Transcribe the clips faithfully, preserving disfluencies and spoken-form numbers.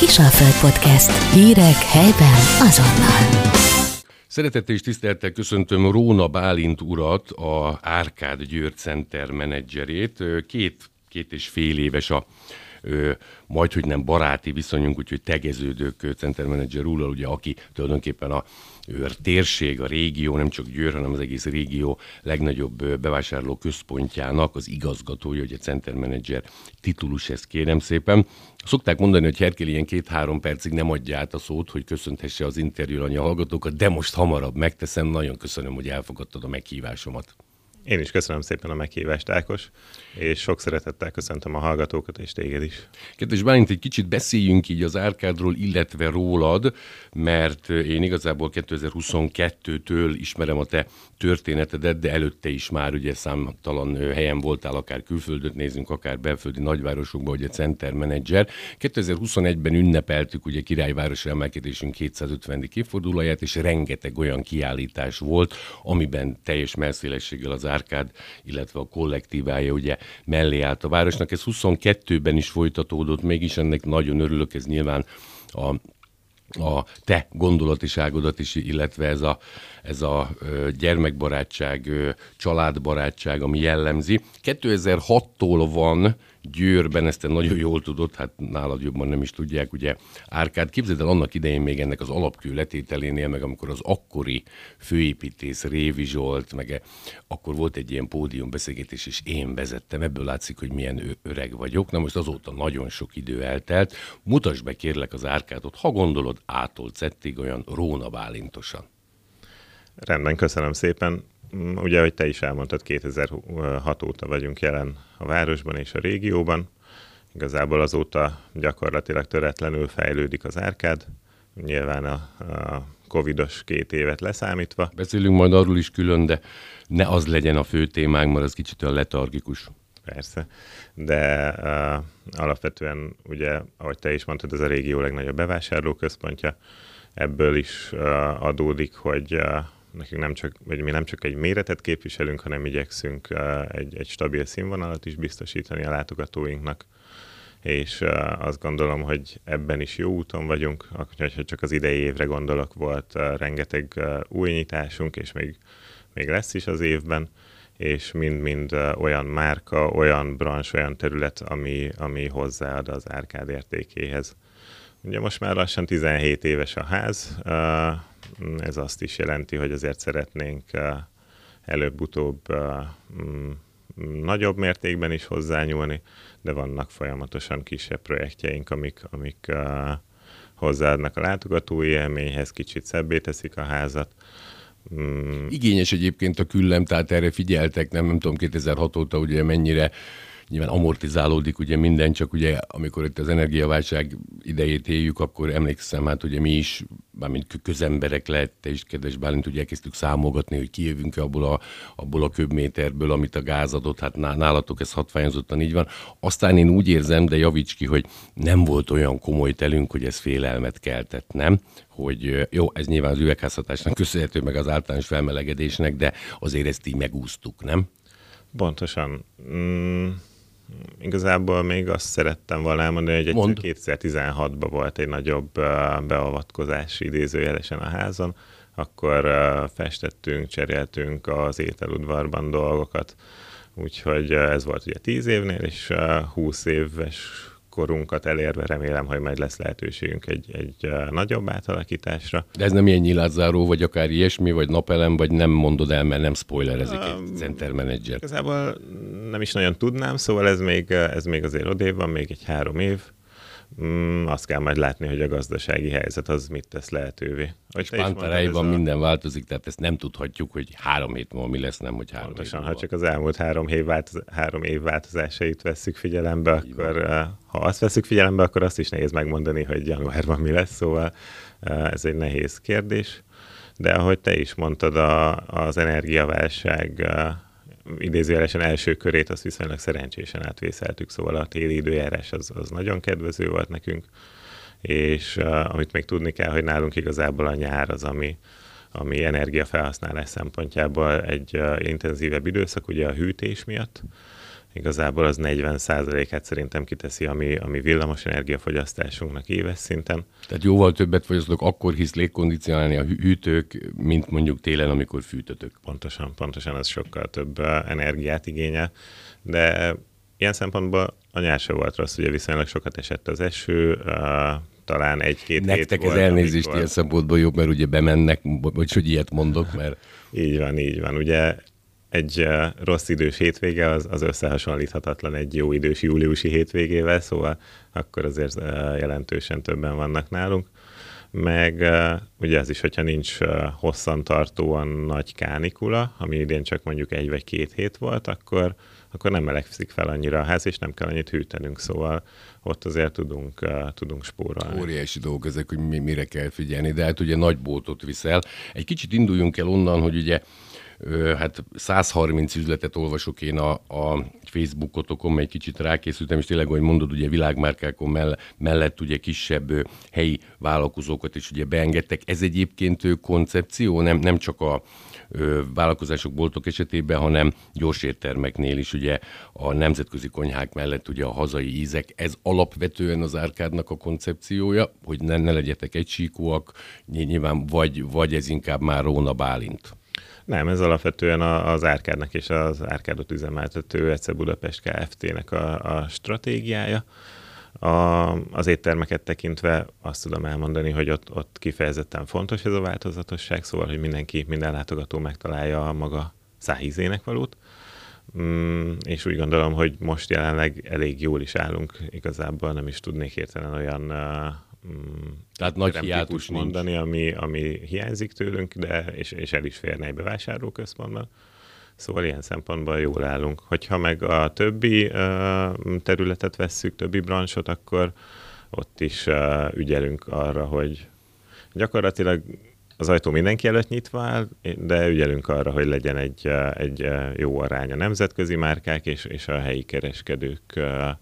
Kisalföld Podcast. Hírek helyben azonnal. Szeretettel és tisztelettel köszöntöm Róna Bálint urat, a Árkád Győr Center menedzserét. Két, két és fél éves a ö, majdhogy nem baráti viszonyunk, úgyhogy tegeződők Center menedzser úrral, ugye, aki tulajdonképpen a ő, a térség, a régió, nem csak Győr, hanem az egész régió legnagyobb bevásárló központjának az igazgatója, ugye Center menedzser titulus, ezt kérem szépen. Szokták mondani, hogy Herkel ilyen két-három percig nem adja át a szót, hogy köszönthesse az interjú alanya hallgatókat, de most hamarabb megteszem. Nagyon köszönöm, hogy elfogadtad a meghívásomat. Én is köszönöm szépen a meghívást, Ákos, és sok szeretettel köszöntöm a hallgatókat és téged is. Kedves Bálint, egy kicsit beszéljünk így az Árkádról, illetve rólad, mert én igazából kétezer-huszonkettőtől ismerem a te történetedet, de előtte is már ugye számtalan helyen voltál, akár külföldöt nézünk, akár belföldi nagyvárosokban, ugye Center menedzser. kétezer-huszonegyben ünnepeltük ugye Királyvárosi emelkedésünk kétszázötvenedik évfordulóját, és rengeteg olyan kiállítás volt, amiben teljes mellszélességgel az Árkád, illetve a kollektívája ugye mellé állt a városnak. Ez huszonkettőben is folytatódott, mégis ennek nagyon örülök, ez nyilván a a te gondolatiságodat is, illetve ez a, ez a gyermekbarátság, családbarátság, ami jellemzi. kétezer-hattól van Győrben, ezt te nagyon jól tudod, hát nálad jobban nem is tudják, ugye Árkád. Képzeld el, annak idején még ennek az alapkő letételénél, meg amikor az akkori főépítész Révi Zsolt, meg akkor volt egy ilyen pódiumbeszélgetés, és én vezettem, ebből látszik, hogy milyen öreg vagyok. Na most azóta nagyon sok idő eltelt. Mutasd be kérlek az Árkádot, ha gondolod, ától zettig, olyan Róna Bálintosan. Rendben, köszönöm szépen. Ugye, ahogy te is elmondtad, kétezer-hat óta vagyunk jelen a városban és a régióban. Igazából azóta gyakorlatilag töretlenül fejlődik az Árkád, nyilván a, a covidos két évet leszámítva. Beszélünk majd arról is külön, de ne az legyen a fő témánk, mert az kicsit olyan letargikus. Persze, de uh, alapvetően, ugye, ahogy te is mondtad, ez a régió legnagyobb bevásárlóközpontja. Ebből is uh, adódik, hogy uh, nekünk nem csak, vagy mi nem csak egy méretet képviselünk, hanem igyekszünk uh, egy, egy stabil színvonalat is biztosítani a látogatóinknak, és uh, azt gondolom, hogy ebben is jó úton vagyunk. Ha csak az idei évre gondolok, volt uh, rengeteg uh, új nyitásunk, és még, még lesz is az évben, és mind-mind uh, olyan márka, olyan branch, olyan terület, ami, ami hozzáad az Árkád értékéhez. Ugye most már lassan tizenhét éves a ház, ez azt is jelenti, hogy azért szeretnénk előbb-utóbb nagyobb mértékben is hozzányúlni, de vannak folyamatosan kisebb projektjeink, amik, amik hozzáadnak a látogatói élményhez, kicsit szebbé teszik a házat. Igényes egyébként a küllem, tehát erre figyeltek, nem, nem tudom, kétezer-hat óta ugye mennyire nyilván amortizálódik ugye minden, csak ugye amikor itt az energiaválság idejét éljük, akkor emlékszem, hát ugye mi is, mármint közemberek lehet, te is, kedves Bálint, ugye elkezdtük számolgatni, hogy kijövünk-e abból a, abból a köbméterből, amit a gáz adott, hát nálatok ez hatványozottan így van. Aztán én úgy érzem, de javíts ki, hogy nem volt olyan komoly telünk, hogy ez félelmet keltett, nem? Hogy jó, ez nyilván az üvegházhatásnak köszönhető, meg az általános felmelegedésnek, de azért ezt így megúsztuk, nem? Pontosan. Mm. Igazából még azt szerettem volna elmondani, hogy egy kétezer-tizenhatban volt egy nagyobb uh, beavatkozás idézőjelesen a házon, akkor uh, festettünk, cseréltünk az ételudvarban dolgokat, úgyhogy uh, ez volt ugye tíz évnél, és uh, húsz éves korunkat elérve remélem, hogy majd lesz lehetőségünk egy, egy uh, nagyobb átalakításra. De ez nem ilyen nyilázzáró, vagy akár ilyesmi, vagy napelem, vagy nem mondod el, mert nem spoilerezik uh, egy center menedzser? Igazából nem is nagyon tudnám, szóval ez még, ez még azért odébb van, még egy három év. Mm, azt kell majd látni, hogy a gazdasági helyzet az mit tesz lehetővé. És Pántarájban a... minden változik, tehát ezt nem tudhatjuk, hogy három hét múlva mi lesz, nem, hogy három Pontosan, év ha csak az elmúlt három év, változ... három év változásait vesszük figyelembe, így akkor van. Ha azt vesszük figyelembe, akkor azt is nehéz megmondani, hogy januárban mi lesz, szóval ez egy nehéz kérdés. De ahogy te is mondtad, a, az energiaválság idézőjelesen első körét azt viszonylag szerencsésen átvészeltük, szóval a téli időjárás az, az nagyon kedvező volt nekünk, és uh, amit még tudni kell, hogy nálunk igazából a nyár az, ami, ami energiafelhasználás szempontjából egy uh, intenzívebb időszak, ugye a hűtés miatt, igazából az negyven százalékát szerintem kiteszi, ami, ami villamos energiafogyasztásunknak éves szinten. Tehát jóval többet fogyasztok, akkor hisz légkondicionálni a hűtők, mint mondjuk télen, amikor fűtötök. Pontosan, pontosan ez sokkal több energiát igényel, de ilyen szempontból a nyár se volt rossz, ugye viszonylag sokat esett az eső, uh, talán egy-két Nektek hét ez volt, elnézést amikor... ilyen szempontból jobb, mert ugye bemennek, vagy hogy ilyet mondok, mert... Így van, így van. Ugye egy uh, rossz idős hétvége az, az összehasonlíthatatlan egy jó idős júliusi hétvégével, szóval akkor azért uh, jelentősen többen vannak nálunk. Meg uh, ugye az is, hogyha nincs uh, hosszantartóan nagy kánikula, ami idén csak mondjuk egy vagy két hét volt, akkor, akkor nem melegszik fel annyira a ház, és nem kell annyit hűtenünk, szóval ott azért tudunk, uh, tudunk spórolni. Óriási dolgok ezek, hogy mi, mire kell figyelni, de hát ugye nagy boltot viszel. Egy kicsit induljunk el onnan, hogy ugye hát száz harminc üzletet olvasok én a, a Facebookotokon, egy kicsit rákészültem, és tényleg, ahogy mondod, ugye világmárkákon mellett, mellett ugye kisebb helyi vállalkozókat is ugye beengedtek. Ez egyébként koncepció, nem, nem csak a ö, vállalkozások, boltok esetében, hanem gyorséttermeknél is ugye a nemzetközi konyhák mellett ugye a hazai ízek. Ez alapvetően az Árkádnak a koncepciója, hogy ne, ne legyetek egysíkúak, nyilván, vagy, vagy ez inkább már Róna Bálint? Nem, ez alapvetően az Árkádnak és az Árkádot üzemeltető Ece Budapest Kft-nek a, a stratégiája. A, az éttermeket tekintve azt tudom elmondani, hogy ott, ott kifejezetten fontos ez a változatosság, szóval, hogy mindenki, minden látogató megtalálja a maga szájízének valót. Mm, és úgy gondolom, hogy most jelenleg elég jól is állunk, igazából nem is tudnék értelen olyan mm, tehát nagy hiátus mondani, ami, ami hiányzik tőlünk, de és, és el is férne egy bevásárlóközpontban. Szóval ilyen szempontból jól állunk. Hogyha meg a többi uh, területet vesszük, többi branchot, akkor ott is uh, ügyelünk arra, hogy gyakorlatilag az ajtó mindenki előtt nyitva áll, de ügyelünk arra, hogy legyen egy, egy jó arány a nemzetközi márkák és, és a helyi kereskedők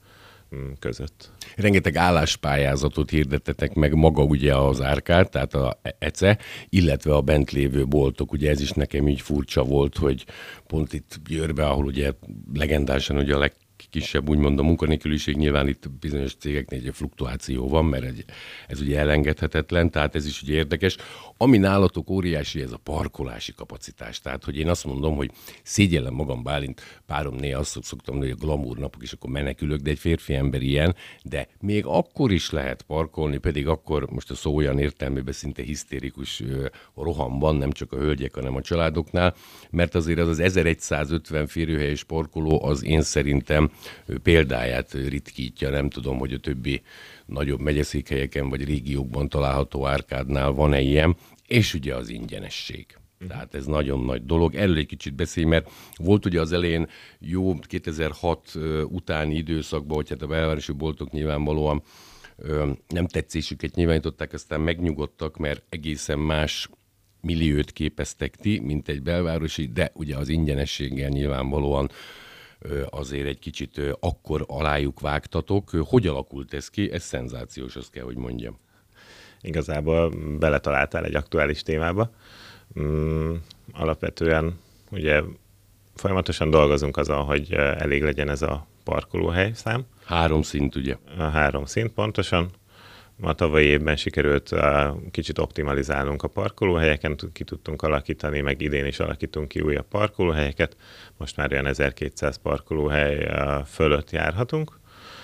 között. Rengeteg álláspályázatot hirdettetek meg maga ugye az Árkád, tehát a Ece, illetve a bent lévő boltok. Ugye ez is nekem így furcsa volt, hogy pont itt Győrbe, ahol ugye legendásan ugye a leg kisebb, úgymond a munkanélküliség, nyilván itt bizonyos cégeknél egy fluktuáció van, mert egy, ez ugye elengedhetetlen, tehát ez is ugye érdekes. Ami nálatok óriási, ez a parkolási kapacitás. Tehát, hogy én azt mondom, hogy szégyellem magam, Bálint, párom néha azt szoktam mondani, hogy a glamour napok, és akkor menekülök, de egy férfi ember ilyen, de még akkor is lehet parkolni, pedig akkor most a szó olyan értelmében szinte hisztérikus rohamban, nem csak a hölgyek, hanem a családoknál, mert azért az az ezeregyszázötven férőhelyes parkoló az én szerintem példáját ritkítja. Nem tudom, hogy a többi nagyobb megyeszékhelyeken vagy régiókban található Árkádnál van-e ilyen, és ugye az ingyenesség. Tehát ez nagyon nagy dolog. Erről egy kicsit beszélj, mert volt ugye az elején jó kétezer-hat utáni időszakban, hogy hát a belvárosi boltok nyilvánvalóan nem tetszésüket nyilvánították, aztán megnyugodtak, mert egészen más milliót képeztek ti, mint egy belvárosi, de ugye az ingyenességgel nyilvánvalóan azért egy kicsit akkor alájuk vágtatok. Hogy alakult ez ki? Ez szenzációs, azt kell, hogy mondjam. Igazából beletaláltál egy aktuális témába. Mm, alapvetően ugye folyamatosan dolgozunk azon, hogy elég legyen ez a parkolóhely szám. Három szint, ugye? A három szint, pontosan. A tavalyi évben sikerült uh, kicsit optimalizálnunk a parkolóhelyeken, ki tudtunk alakítani, meg idén is alakítunk ki újabb parkolóhelyeket. Most már olyan ezerkétszáz parkolóhely uh, fölött járhatunk.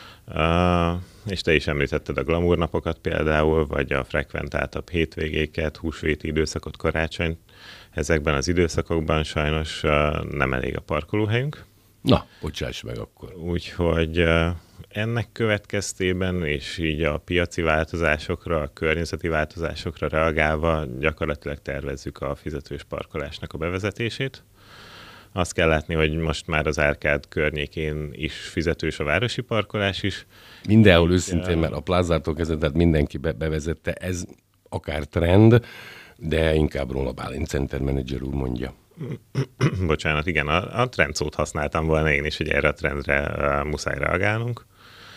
Uh, és te is említetted a glamour napokat például, vagy a frekventáltabb hétvégéket, húsvéti időszakot, karácsonyt. Ezekben az időszakokban sajnos uh, nem elég a parkolóhelyünk. Na, bocsáss meg akkor. Úgyhogy uh, ennek következtében, és így a piaci változásokra, a környezeti változásokra reagálva gyakorlatilag tervezzük a fizetős parkolásnak a bevezetését. Azt kell látni, hogy most már az Árkád környékén is fizetős a városi parkolás is. Mindenhol őszintén, mert a plázától kezdve, tehát mindenki be- bevezette, ez akár trend, de inkább Róna Bálint Center Manager úr mondja. Bocsánat, igen, a, a trend szót használtam volna én is, hogy erre a trendre uh, muszáj reagálnunk.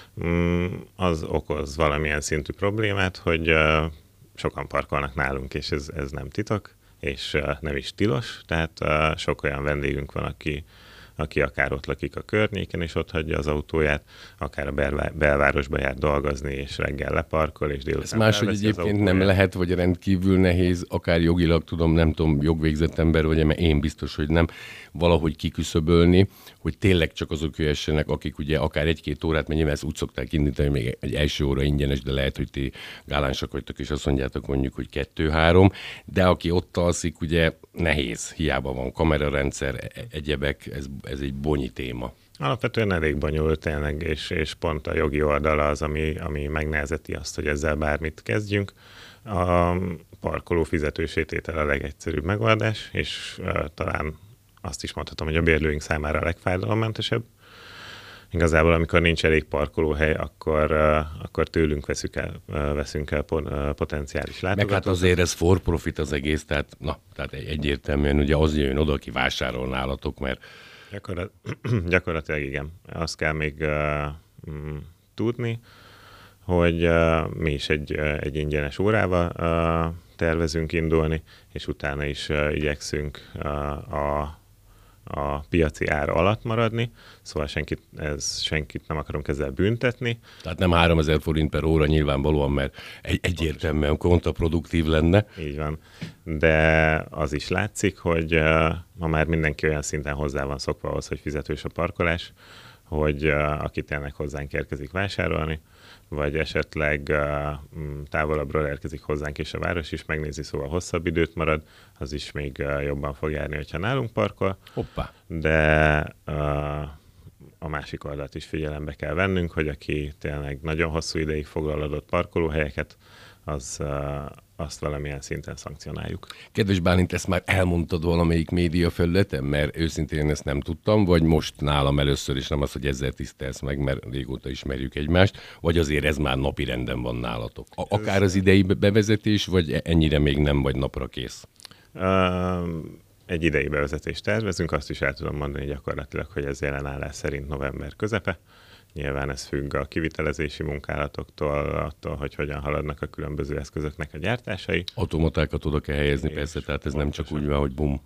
Um, az okoz valamilyen szintű problémát, hogy uh, sokan parkolnak nálunk, és ez, ez nem titok, és uh, nem is tilos, tehát uh, sok olyan vendégünk van, aki aki akár ott lakik a környéken, és ott hagyja az autóját, akár a belvá- belvárosba jár dolgozni, és reggel leparkol, és délután ez máshogy egyébként nem lehet, vagy rendkívül nehéz, akár jogilag tudom, nem tudom, jogvégzett ember vagy, mert én biztos, hogy nem, valahogy kiküszöbölni, hogy tényleg csak azok jöhessenek, akik ugye akár egy-két órát, mert ezt úgy szokták indítani, még egy első óra ingyenes, de lehet, hogy ti gálánsak vagytok, és azt mondjátok mondjuk, hogy kettő-három, de aki ott alszik, ugye nehéz, hiába van kamerarendszer, egyebek, ez, ez egy bonyi téma. Alapvetően elég bonyolult tényleg, és, és pont a jogi oldala az, ami, ami megnehezeti azt, hogy ezzel bármit kezdjünk. A parkoló fizetősététel a legegyszerűbb megoldás, és uh, talán azt is mondhatom, hogy a bérlőink számára a legfájdalommentesebb. Igazából, amikor nincs elég parkolóhely, akkor, uh, akkor tőlünk veszünk el, uh, veszünk el pot, uh, potenciális látogatókat. Meg hát azért ez for profit az egész, tehát, na, tehát egyértelműen ugye az jön oda, aki vásárol nálatok, mert Gyakorlat, gyakorlatilag igen. Azt kell még uh, mm, tudni, hogy uh, mi is egy, uh, egy ingyenes órával uh, tervezünk indulni, és utána is uh, igyekszünk uh, a, a piaci ár alatt maradni, szóval senkit, ez, senkit nem akarunk ezzel büntetni. Tehát nem háromezer forint per óra nyilvánvalóan, mert egy, egyértelműen kontraproduktív lenne. Így van. De az is látszik, hogy uh, ma már mindenki olyan szinten hozzá van szokva ahhoz, hogy fizetős a parkolás, hogy uh, aki tényleg hozzánk érkezik vásárolni, vagy esetleg uh, távolabbról érkezik hozzánk, és a város is megnézi, szóval hosszabb időt marad, az is még uh, jobban fog járni, hogyha nálunk parkol. Hoppá. De uh, a másik oldalt is figyelembe kell vennünk, hogy aki tényleg nagyon hosszú ideig foglal adott parkolóhelyeket, az, uh, azt valamilyen szinten szankcionáljuk. Kedves Bálint, ezt már elmondtad valamelyik média felületen, mert őszintén ezt nem tudtam, vagy most nálam először is, nem az, hogy ezzel tisztelsz meg, mert régóta ismerjük egymást, vagy azért ez már napi renden van nálatok. Akár az idei bevezetés, vagy ennyire még nem vagy napra kész? Uh, egy idei bevezetést tervezünk, azt is el tudom mondani gyakorlatilag, hogy ez jelenállás szerint november közepe. Nyilván ez függ a kivitelezési munkálatoktól, attól, hogy hogyan haladnak a különböző eszközöknek a gyártásai. Automatákat oda kell helyezni, és persze, tehát ez pontosan. Nem csak úgy van, hogy bum.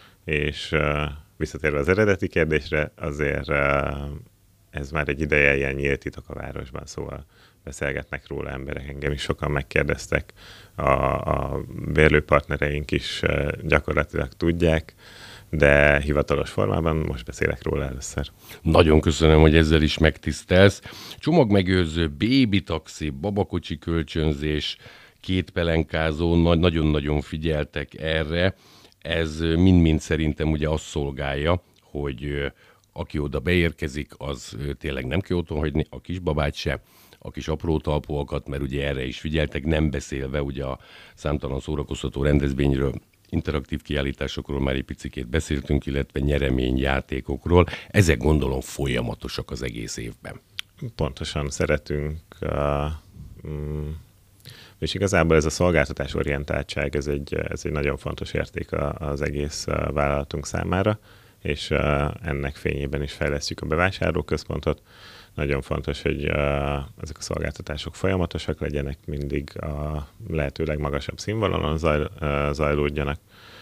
És uh, visszatérve az eredeti kérdésre, azért uh, ez már egy ideje ilyen nyílt titok a városban, szóval beszélgetnek róla emberek, engem is sokan megkérdeztek, a, a bérlőpartnereink is uh, gyakorlatilag tudják, de hivatalos formában most beszélek róla először. Nagyon köszönöm, hogy ezzel is megtisztelsz. Csomagmegőrző, bébi taxi, babakocsi kölcsönzés, két pelenkázó, nagyon-nagyon figyeltek erre. Ez mind-mind szerintem ugye azt szolgálja, hogy aki oda beérkezik, az tényleg nem kell otthon hagyni, a kisbabát se, a kis apró talpóakat, mert ugye erre is figyeltek, nem beszélve ugye a számtalan szórakoztató rendezvényről, interaktív kiállításokról már egy picikét beszéltünk, illetve nyereményjátékokról. Ezek gondolom folyamatosak az egész évben. Pontosan szeretünk, uh, mm, és igazából ez a szolgáltatás orientáltság, ez egy, ez egy nagyon fontos érték az egész uh, vállalatunk számára, és uh, ennek fényében is fejlesztjük a bevásárlóközpontot. Nagyon fontos, hogy uh, ezek a szolgáltatások folyamatosak legyenek, mindig a lehető legmagasabb színvonalon zaj, uh, zajlódjanak,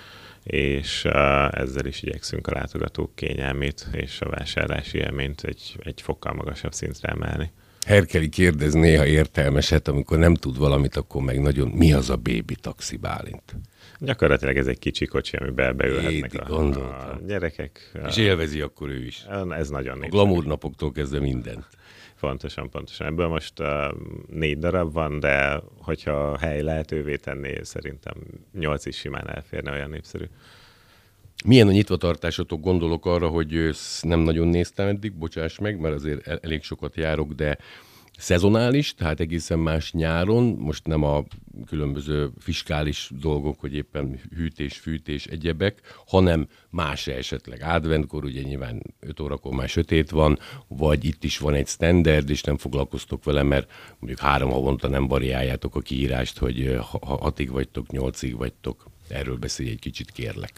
és uh, ezzel is igyekszünk a látogatók kényelmét és a vásárlási élményt egy, egy fokkal magasabb szintre emelni. Herkeli kérdez néha értelmeset, amikor nem tud valamit, akkor meg nagyon, mi az a bébi taxi, Bálint? Gyakorlatilag ez egy kicsi kocsi, amiben beülhetnek Éti, a, a gyerekek. És élvezi akkor ő is. Ez nagyon népszerű. A glamour napoktól kezdve mindent. Pontosan, pontosan. Ebből most uh, négy darab van, de hogyha a hely lehetővé tenné, szerintem nyolc is simán elférne, olyan népszerű. Milyen a nyitvatartásotok? Gondolok arra, hogy nem nagyon néztem eddig, bocsáss meg, mert azért elég sokat járok, de szezonális, tehát egészen más nyáron, most nem a különböző fiskális dolgok, hogy éppen hűtés, fűtés, egyebek, hanem más esetleg adventkor, ugye nyilván öt órakor már sötét van, vagy itt is van egy standard, és nem foglalkoztok vele, mert mondjuk három havonta nem variáljátok a kiírást, hogy hatig vagytok, nyolcig vagytok. Erről beszélj egy kicsit, kérlek.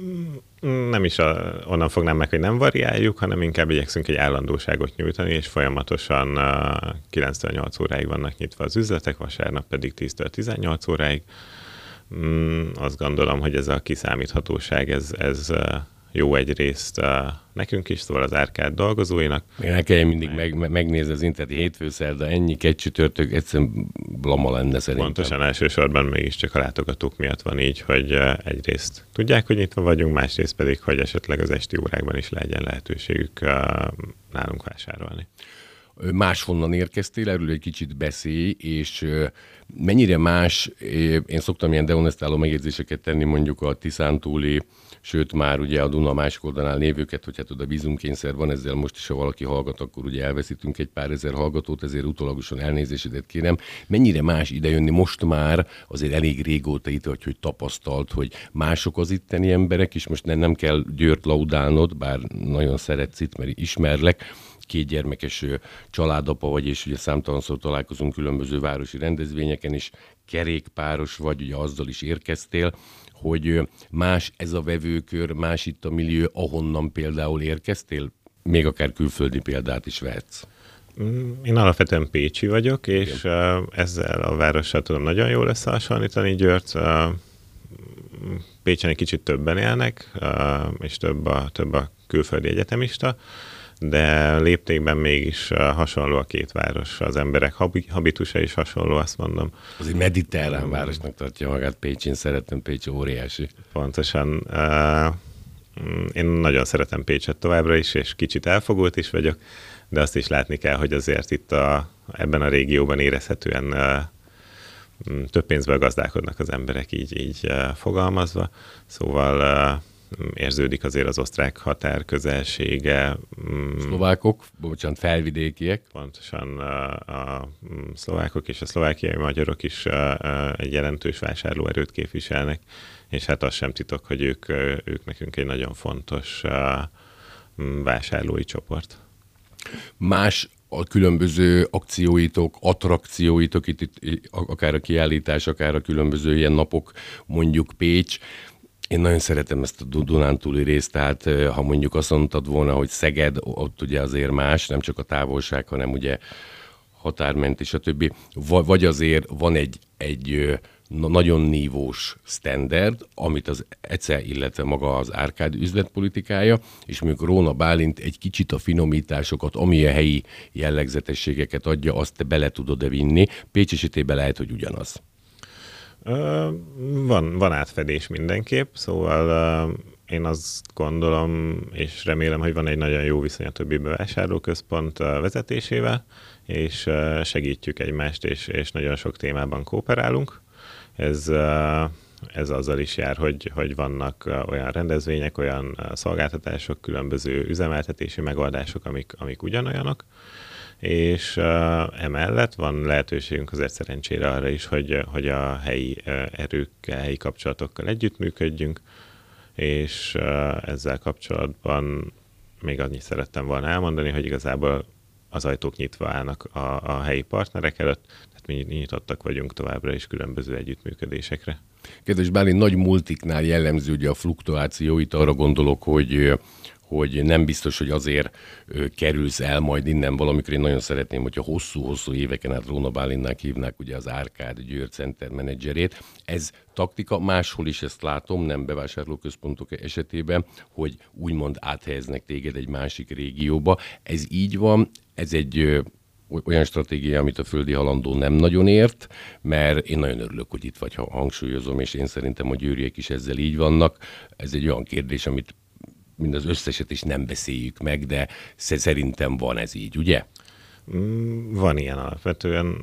Nem is a, onnan fognám meg, hogy nem variáljuk, hanem inkább igyekszünk egy állandóságot nyújtani, és folyamatosan uh, kilenctől nyolc óráig vannak nyitva az üzletek, vasárnap pedig tíztől tizennyolc óráig. Mm, azt gondolom, hogy ez a kiszámíthatóság, ez, ez, uh, jó egyrészt nekünk is, szóval az Árkád dolgozóinak. Ne kelljen mindig meg, megnézni az interneti hétfőszerda, ennyi egy csütörtök, egyszerűen blama lenne szerintem. Pontosan elsősorban mégiscsak a látogatók miatt van így, hogy egyrészt tudják, hogy nyitva vagyunk, másrészt pedig, hogy esetleg az esti órákban is legyen lehetőségük nálunk vásárolni. Máshonnan érkeztél, erről egy kicsit beszélj, és mennyire más, én szoktam ilyen dehonestáló megjegyzéseket tenni mondjuk a Tiszántúli, sőt már ugye a Duna másik oldalán lévőket, hogy hát oda vízumkényszer van, ezzel most is, ha valaki hallgat, akkor ugye elveszítünk egy pár ezer hallgatót, ezért utólagosan elnézésedet kérem. Mennyire más idejönni most már, azért elég régóta itt vagy, hogy tapasztalt, hogy mások az itteni emberek, és most nem, nem kell Győrt laudálnod, bár nagyon szeretsz itt, mert ismerlek, két gyermekes családapa vagy, és ugye számtalanszor találkozunk különböző városi rendezvényeken is, kerékpáros vagy, ugye azzal is érkeztél, hogy más ez a vevőkör, más itt a millió, ahonnan például érkeztél, még akár külföldi példát is vehetsz. Én alapvetően pécsi vagyok, és igen, ezzel a várossal tudom nagyon jól összehasonlítani Győrt. Pécsen egy kicsit többen élnek, és több a, több a külföldi egyetemista, de léptékben mégis hasonló a két város. Az emberek habitusa is hasonló, azt mondom. Az egy mediterrán városnak tartja magát Pécs, én szeretem, Pécs óriási. Pontosan. Én nagyon szeretem Pécset továbbra is, és kicsit elfogult is vagyok, de azt is látni kell, hogy azért itt a, ebben a régióban érezhetően több pénzből gazdálkodnak az emberek, így, így fogalmazva. Szóval érződik azért az osztrák határ közelsége. Szlovákok, bocsánat, felvidékiek. Pontosan a, a szlovákok és a szlovákiai magyarok is egy jelentős vásárlóerőt képviselnek, és hát az sem titok, hogy ők, ők nekünk egy nagyon fontos vásárlói csoport. Más a különböző akcióitok, attrakcióitok, itt, itt akár a kiállítás, akár a különböző ilyen napok, mondjuk Pécs. Én nagyon szeretem ezt a Dunántúli részt, tehát ha mondjuk azt mondtad volna, hogy Szeged, ott ugye azért más, nem csak a távolság, hanem ugye határmenti, stb. Vagy azért van egy, egy nagyon nívós standard, amit az é cé e, illetve maga az Árkád üzletpolitikája, és mondjuk Róna Bálint egy kicsit a finomításokat, ami a helyi jellegzetességeket adja, azt te bele tudod-e vinni. Pécs esetében lehet, hogy ugyanaz. Van, van átfedés mindenképp, szóval én azt gondolom, és remélem, hogy van egy nagyon jó viszony a többi bevásárlóközpont vezetésével, és segítjük egymást, és, és nagyon sok témában kooperálunk. Ez, ez azzal is jár, hogy, hogy vannak olyan rendezvények, olyan szolgáltatások, különböző üzemeltetési megoldások, amik, amik ugyanolyanok, és uh, emellett van lehetőségünk azért szerencsére arra is, hogy, hogy a helyi uh, erőkkel, helyi kapcsolatokkal együttműködjünk, és uh, ezzel kapcsolatban még annyit szerettem volna elmondani, hogy igazából az ajtók nyitva állnak a, a helyi partnerek előtt, tehát mi nyitottak vagyunk továbbra is különböző együttműködésekre. Kedves Bálint, nagy multiknál jellemző ugye a fluktuáció, itt arra gondolok, hogy hogy nem biztos, hogy azért ö, kerülsz el majd innen valamikor. Én nagyon szeretném, hogyha hosszú-hosszú éveken át Róna Bálintnak hívnák ugye az Árkád Győr Center menedzserét. Ez taktika, máshol is ezt látom, nem bevásárlóközpontok esetében, hogy úgymond áthelyeznek téged egy másik régióba. Ez így van, ez egy ö, olyan stratégia, amit a földi halandó nem nagyon ért, mert én nagyon örülök, hogy itt vagy, ha hangsúlyozom, és én szerintem a győriek is ezzel így vannak. Ez egy olyan kérdés, amit mind az összeset is nem beszéljük meg, de szerintem van ez így, ugye? Van ilyen alapvetően.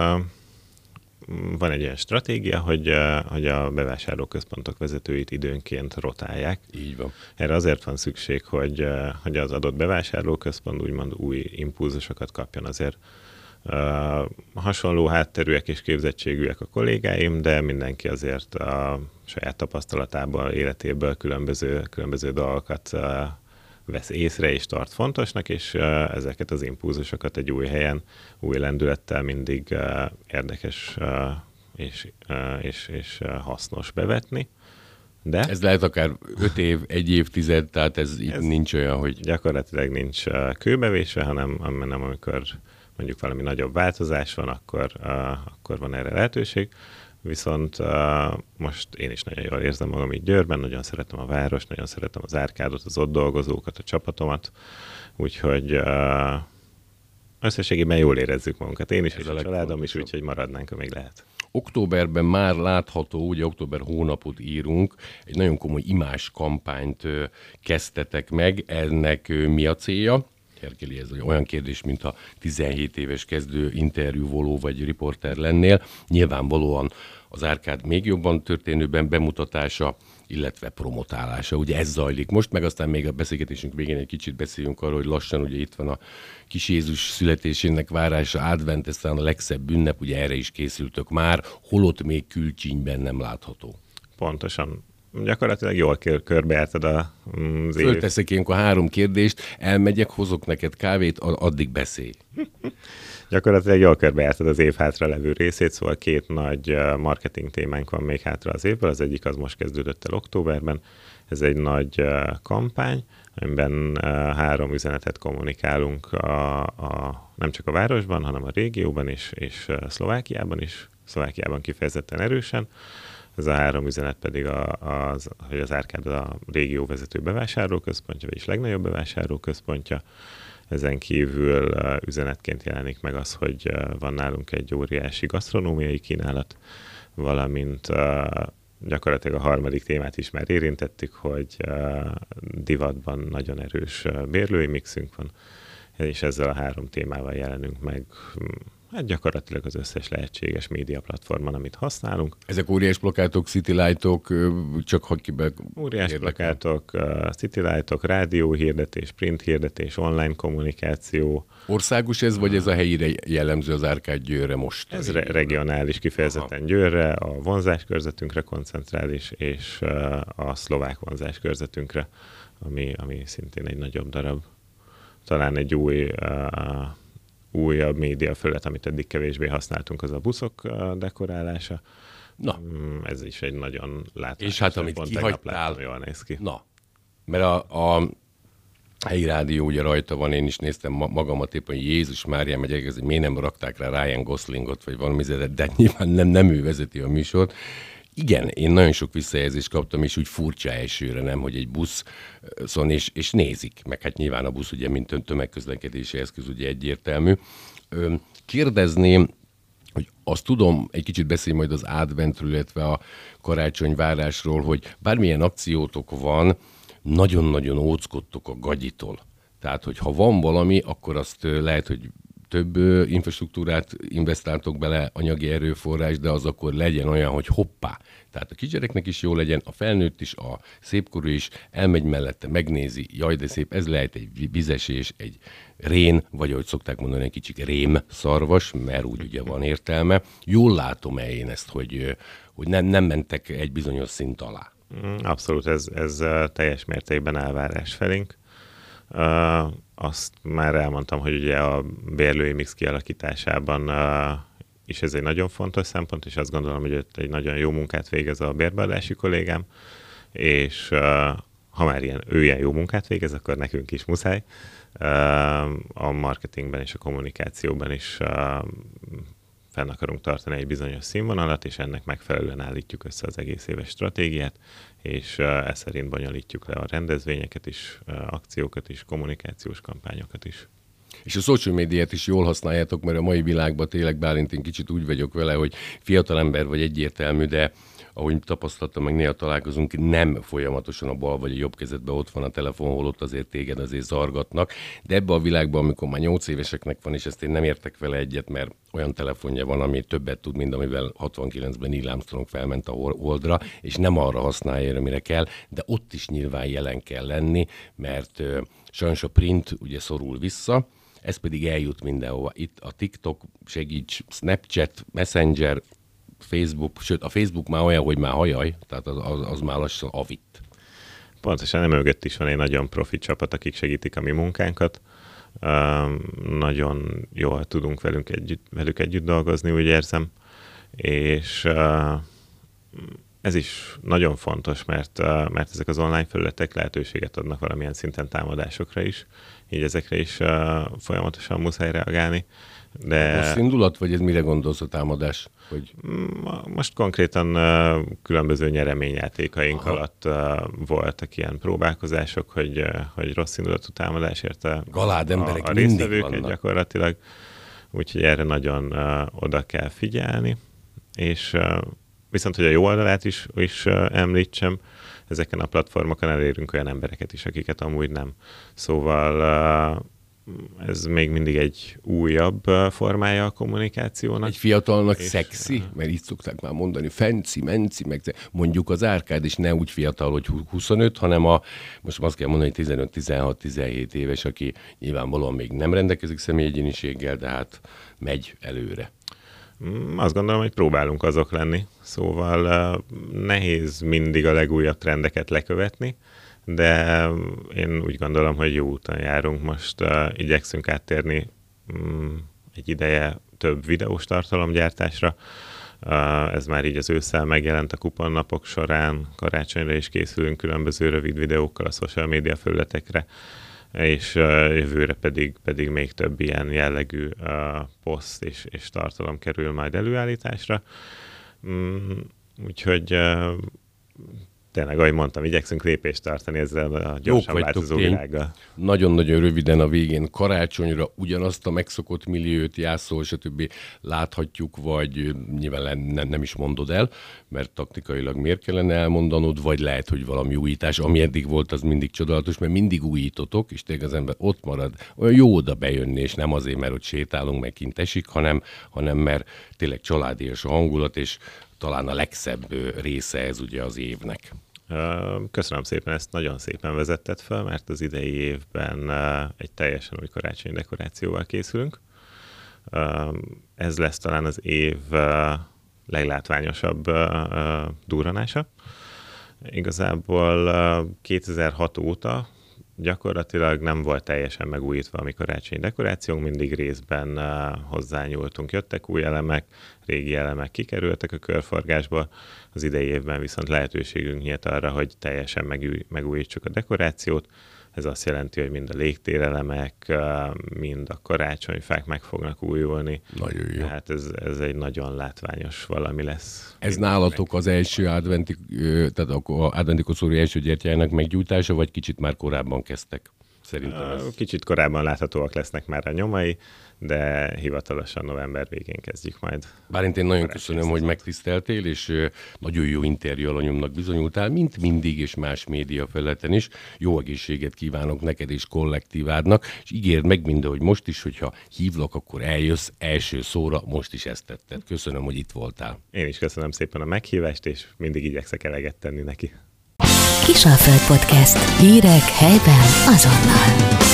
Van egy olyan stratégia, hogy, hogy a bevásárlóközpontok vezetőit időnként rotálják. Így van. Erre azért van szükség, hogy, hogy az adott bevásárlóközpont úgymond új impulzusokat kapjon. Azért Uh, hasonló hátterűek és képzettségűek a kollégáim, de mindenki azért a saját tapasztalatából, életéből különböző, különböző dolgokat uh, vesz észre és tart fontosnak, és uh, ezeket az impulzusokat egy új helyen, új lendülettel mindig uh, érdekes uh, és, uh, és, és uh, hasznos bevetni. De ez lehet akár öt év, egy évtized, tehát ez, ez nincs olyan, hogy... Gyakorlatilag nincs uh, kőbevésve, hanem nem amikor mondjuk valami nagyobb változás van, akkor, uh, akkor van erre lehetőség. viszont uh, most én is nagyon jól érzem magam itt Győrben, nagyon szeretem a város, nagyon szeretem az Árkádot, az ott dolgozókat, a csapatomat, úgyhogy uh, összességében jól érezzük magunkat. Én is, ez és a, a családom is, úgyhogy maradnánk, amíg lehet. Októberben már látható, ugye október hónapot írunk, egy nagyon komoly imázs kampányt kezdtetek meg, ennek mi a célja? Erkeli, ez olyan kérdés, mintha tizenhét éves kezdő interjúvoló vagy riporter lennél. Nyilvánvalóan az Árkád még jobban történőben bemutatása, illetve promotálása. Ugye ez zajlik most, meg aztán még a beszélgetésünk végén egy kicsit beszéljünk arról, hogy lassan ugye itt van a kis Jézus születésének várása, advent, aztán a legszebb ünnep, ugye erre is készültök már, holott még Külcsínyben nem látható. Pontosan. Gyakorlatilag jól körbejártad az év. Fölteszek ilyenkor három kérdést, elmegyek, hozok neked kávét, addig beszélj. Gyakorlatilag jól körbejártad az év hátra levő részét, szóval két nagy marketing témánk van még hátra az évből. Az egyik az most kezdődött el októberben. Ez egy nagy kampány, amiben három üzenetet kommunikálunk a, a, nem csak a városban, hanem a régióban is, és Szlovákiában is. Szlovákiában kifejezetten erősen. Ez a három üzenet pedig, a, az, hogy az Árkád a régió vezető bevásárlóközpontja, vagyis legnagyobb bevásárlóközpontja. Ezen kívül üzenetként jelenik meg az, hogy van nálunk egy óriási gasztronómiai kínálat, valamint gyakorlatilag a harmadik témát is már érintettük, hogy divatban nagyon erős bérlői mixünk van, és ezzel a három témával jelenünk meg hát gyakorlatilag az összes lehetséges média platformon, amit használunk. Ezek óriás plakátok, citylightok, csak ha kibe... Óriás plakátok, citylightok, rádióhirdetés, print hirdetés, online kommunikáció. Országos ez, vagy ez a helyére jellemző az Árkád Győrre most? Ez re- regionális, kifejezetten Aha. Győrre, a vonzáskörzetünkre koncentrál is, és a szlovák vonzáskörzetünkre, ami, ami szintén egy nagyobb darab. Talán egy új... Uh, újabb média felület, amit eddig kevésbé használtunk, az a buszok dekorálása. Na. Ez is egy nagyon látványos. És hát amit kihagytál, jól néz ki. Na, mert a, a helyi rádió ugye rajta van, én is néztem magamat éppen, hogy Jézus Mária megyek, ez, miért nem rakták rá Ryan Goslingot, vagy valami, de nyilván nem, nem ő vezeti a műsort. Igen, én nagyon sok visszajelzést kaptam, és úgy furcsa elsőre, nem, hogy egy busz, szóval és, és nézik, meg hát nyilván a busz ugye, mint tömegközlekedési eszköz, ugye egyértelmű. Kérdezném, hogy azt tudom, egy kicsit beszélj majd az adventről, illetve a karácsonyvárásról, hogy bármilyen akciótok van, nagyon-nagyon óckodtok a gagyitól. Tehát, hogy ha van valami, akkor azt lehet, hogy több infrastruktúrát investáltok bele, anyagi erőforrás, de az akkor legyen olyan, hogy hoppá. Tehát a kisgyereknek is jó legyen, a felnőtt is, a szépkorú is, elmegy mellette, megnézi, jaj, de szép, ez lehet egy vizesés, egy rén, vagy ahogy szokták mondani, egy kicsit rém szarvas, mert úgy ugye van értelme. Jól látom-e én ezt, hogy, hogy nem, nem mentek egy bizonyos szint alá? Abszolút, ez, ez teljes mértékben elvárás felénk. Uh, azt már elmondtam, hogy ugye a bérlői mix kialakításában uh, is ez egy nagyon fontos szempont, és azt gondolom, hogy ott egy nagyon jó munkát végez a bérbeadási kollégám, és uh, ha már ilyen, ő ilyen jó munkát végez, akkor nekünk is muszáj. Uh, a marketingben és a kommunikációban is uh, fenn akarunk tartani egy bizonyos színvonalat, és ennek megfelelően állítjuk össze az egész éves stratégiát, és uh, ez szerint bonyolítjuk le a rendezvényeket is, uh, akciókat is, kommunikációs kampányokat is. És a social médiát is jól használjátok, mert a mai világban tényleg, Bálint, én kicsit úgy vagyok vele, hogy fiatalember vagy egyértelmű, de ahogy tapasztaltam, meg néha találkozunk, nem folyamatosan a bal vagy a jobb kezedben ott van a telefon, holott azért téged azért zargatnak. De ebbe a világban, amikor már nyolc éveseknek van, és ezt én nem értek vele egyet, mert olyan telefonja van, ami többet tud, mint amivel hatvankilencben Neil Armstrong felment a Holdra, és nem arra használja, amire kell, de ott is nyilván jelen kell lenni, mert uh, sajnos a print ugye szorul vissza, ez pedig eljut mindenhova. Itt a TikTok segíts, Snapchat, Messenger, Facebook, sőt a Facebook már olyan, hogy már hajaj, tehát az, az, az már lassan avitt. Pontosan, nem mögött is van egy nagyon profi csapat, akik segítik a mi munkánkat. Uh, nagyon jól tudunk velünk együtt, velük együtt dolgozni, úgy érzem. És uh, ez is nagyon fontos, mert, uh, mert ezek az online felületek lehetőséget adnak valamilyen szinten támadásokra is, így ezekre is uh, folyamatosan muszáj reagálni. De... Rossz indulat, vagy ez mire gondolsz a támadás? Hogy... Most konkrétan uh, különböző nyereményjátékaink Aha. alatt uh, voltak ilyen próbálkozások, hogy, uh, hogy rossz indulatú támadás érte Galád emberek a, a résztvevőket gyakorlatilag. Úgyhogy erre nagyon uh, oda kell figyelni. És uh, viszont, hogy a jó oldalát is, is uh, említsem, ezeken a platformokon elérünk olyan embereket is, akiket amúgy nem. Szóval... Uh, ez még mindig egy újabb formája a kommunikációnak. Egy fiatalnak és szexi, mert így szokták már mondani, fancy, menci, meg mondjuk az árkád, és ne úgy fiatal, hogy huszonöt, hanem a, most azt kell mondani, tizenöt, tizenhat, tizenhét éves, aki nyilvánvalóan még nem rendelkezik személyegyéniséggel, de hát megy előre. Azt gondolom, hogy próbálunk azok lenni, szóval nehéz mindig a legújabb trendeket lekövetni, de én úgy gondolom, hogy jó úton járunk. Most uh, igyekszünk áttérni um, egy ideje több videós tartalomgyártásra. Uh, ez már így az ősszel megjelent a kuponnapok során. Karácsonyra is készülünk különböző rövid videókkal a social média felületekre, és uh, jövőre pedig, pedig még több ilyen jellegű uh, poszt és, és tartalom kerül majd előállításra. Um, úgyhogy uh, tényleg, ahogy mondtam, igyekszünk lépést tartani ezzel a gyorsan változó világgal. Nagyon-nagyon röviden a végén karácsonyra ugyanazt a megszokott milliót, jászol, stb. Láthatjuk, vagy nyilván nem, nem is mondod el, mert taktikailag miért kellene elmondanod, vagy lehet, hogy valami újítás, ami eddig volt, az mindig csodálatos, mert mindig újítotok, és tényleg az ember ott marad, olyan jó oda bejönni, és nem azért, mert ott sétálunk, meg kint esik, hanem, hanem mert tényleg családias a hangulat, és talán a legszebb része ez ugye az évnek. Köszönöm szépen, ezt nagyon szépen vezetted fel, mert az idei évben egy teljesen új karácsonyi dekorációval készülünk. Ez lesz talán az év leglátványosabb durranása. Igazából kétezer-hat óta gyakorlatilag nem volt teljesen megújítva a mi karácsonyi dekorációnk, mindig részben uh, hozzányúltunk, jöttek új elemek, régi elemek kikerültek a körforgásba, az idei évben viszont lehetőségünk nyílt arra, hogy teljesen megúj, megújítsuk a dekorációt. Ez azt jelenti, hogy mind a légtérelemek, mind a karácsonyfák meg fognak újulni. Nagyon jó. Tehát ez, ez egy nagyon látványos valami lesz. Ez nálatok az első adventi, tehát az adventi koszorú első gyertyájának meggyújtása, vagy kicsit már korábban kezdtek? Szerintem ez... Kicsit korábban láthatóak lesznek már a nyomai, de hivatalosan november végén kezdjük majd. Bárint én nagyon köszönöm, hogy megtiszteltél, és nagyon jó interjú alanyomnak bizonyultál, mint mindig, és más média felületen is. Jó egészséget kívánok neked és kollektívádnak, és ígérd meg mind, hogy most is, hogyha hívlak, akkor eljössz első szóra, most is ezt tetted. Köszönöm, hogy itt voltál. Én is köszönöm szépen a meghívást, és mindig igyekszek eleget tenni neki. Kisalföld Podcast. Hírek helyben azonnal.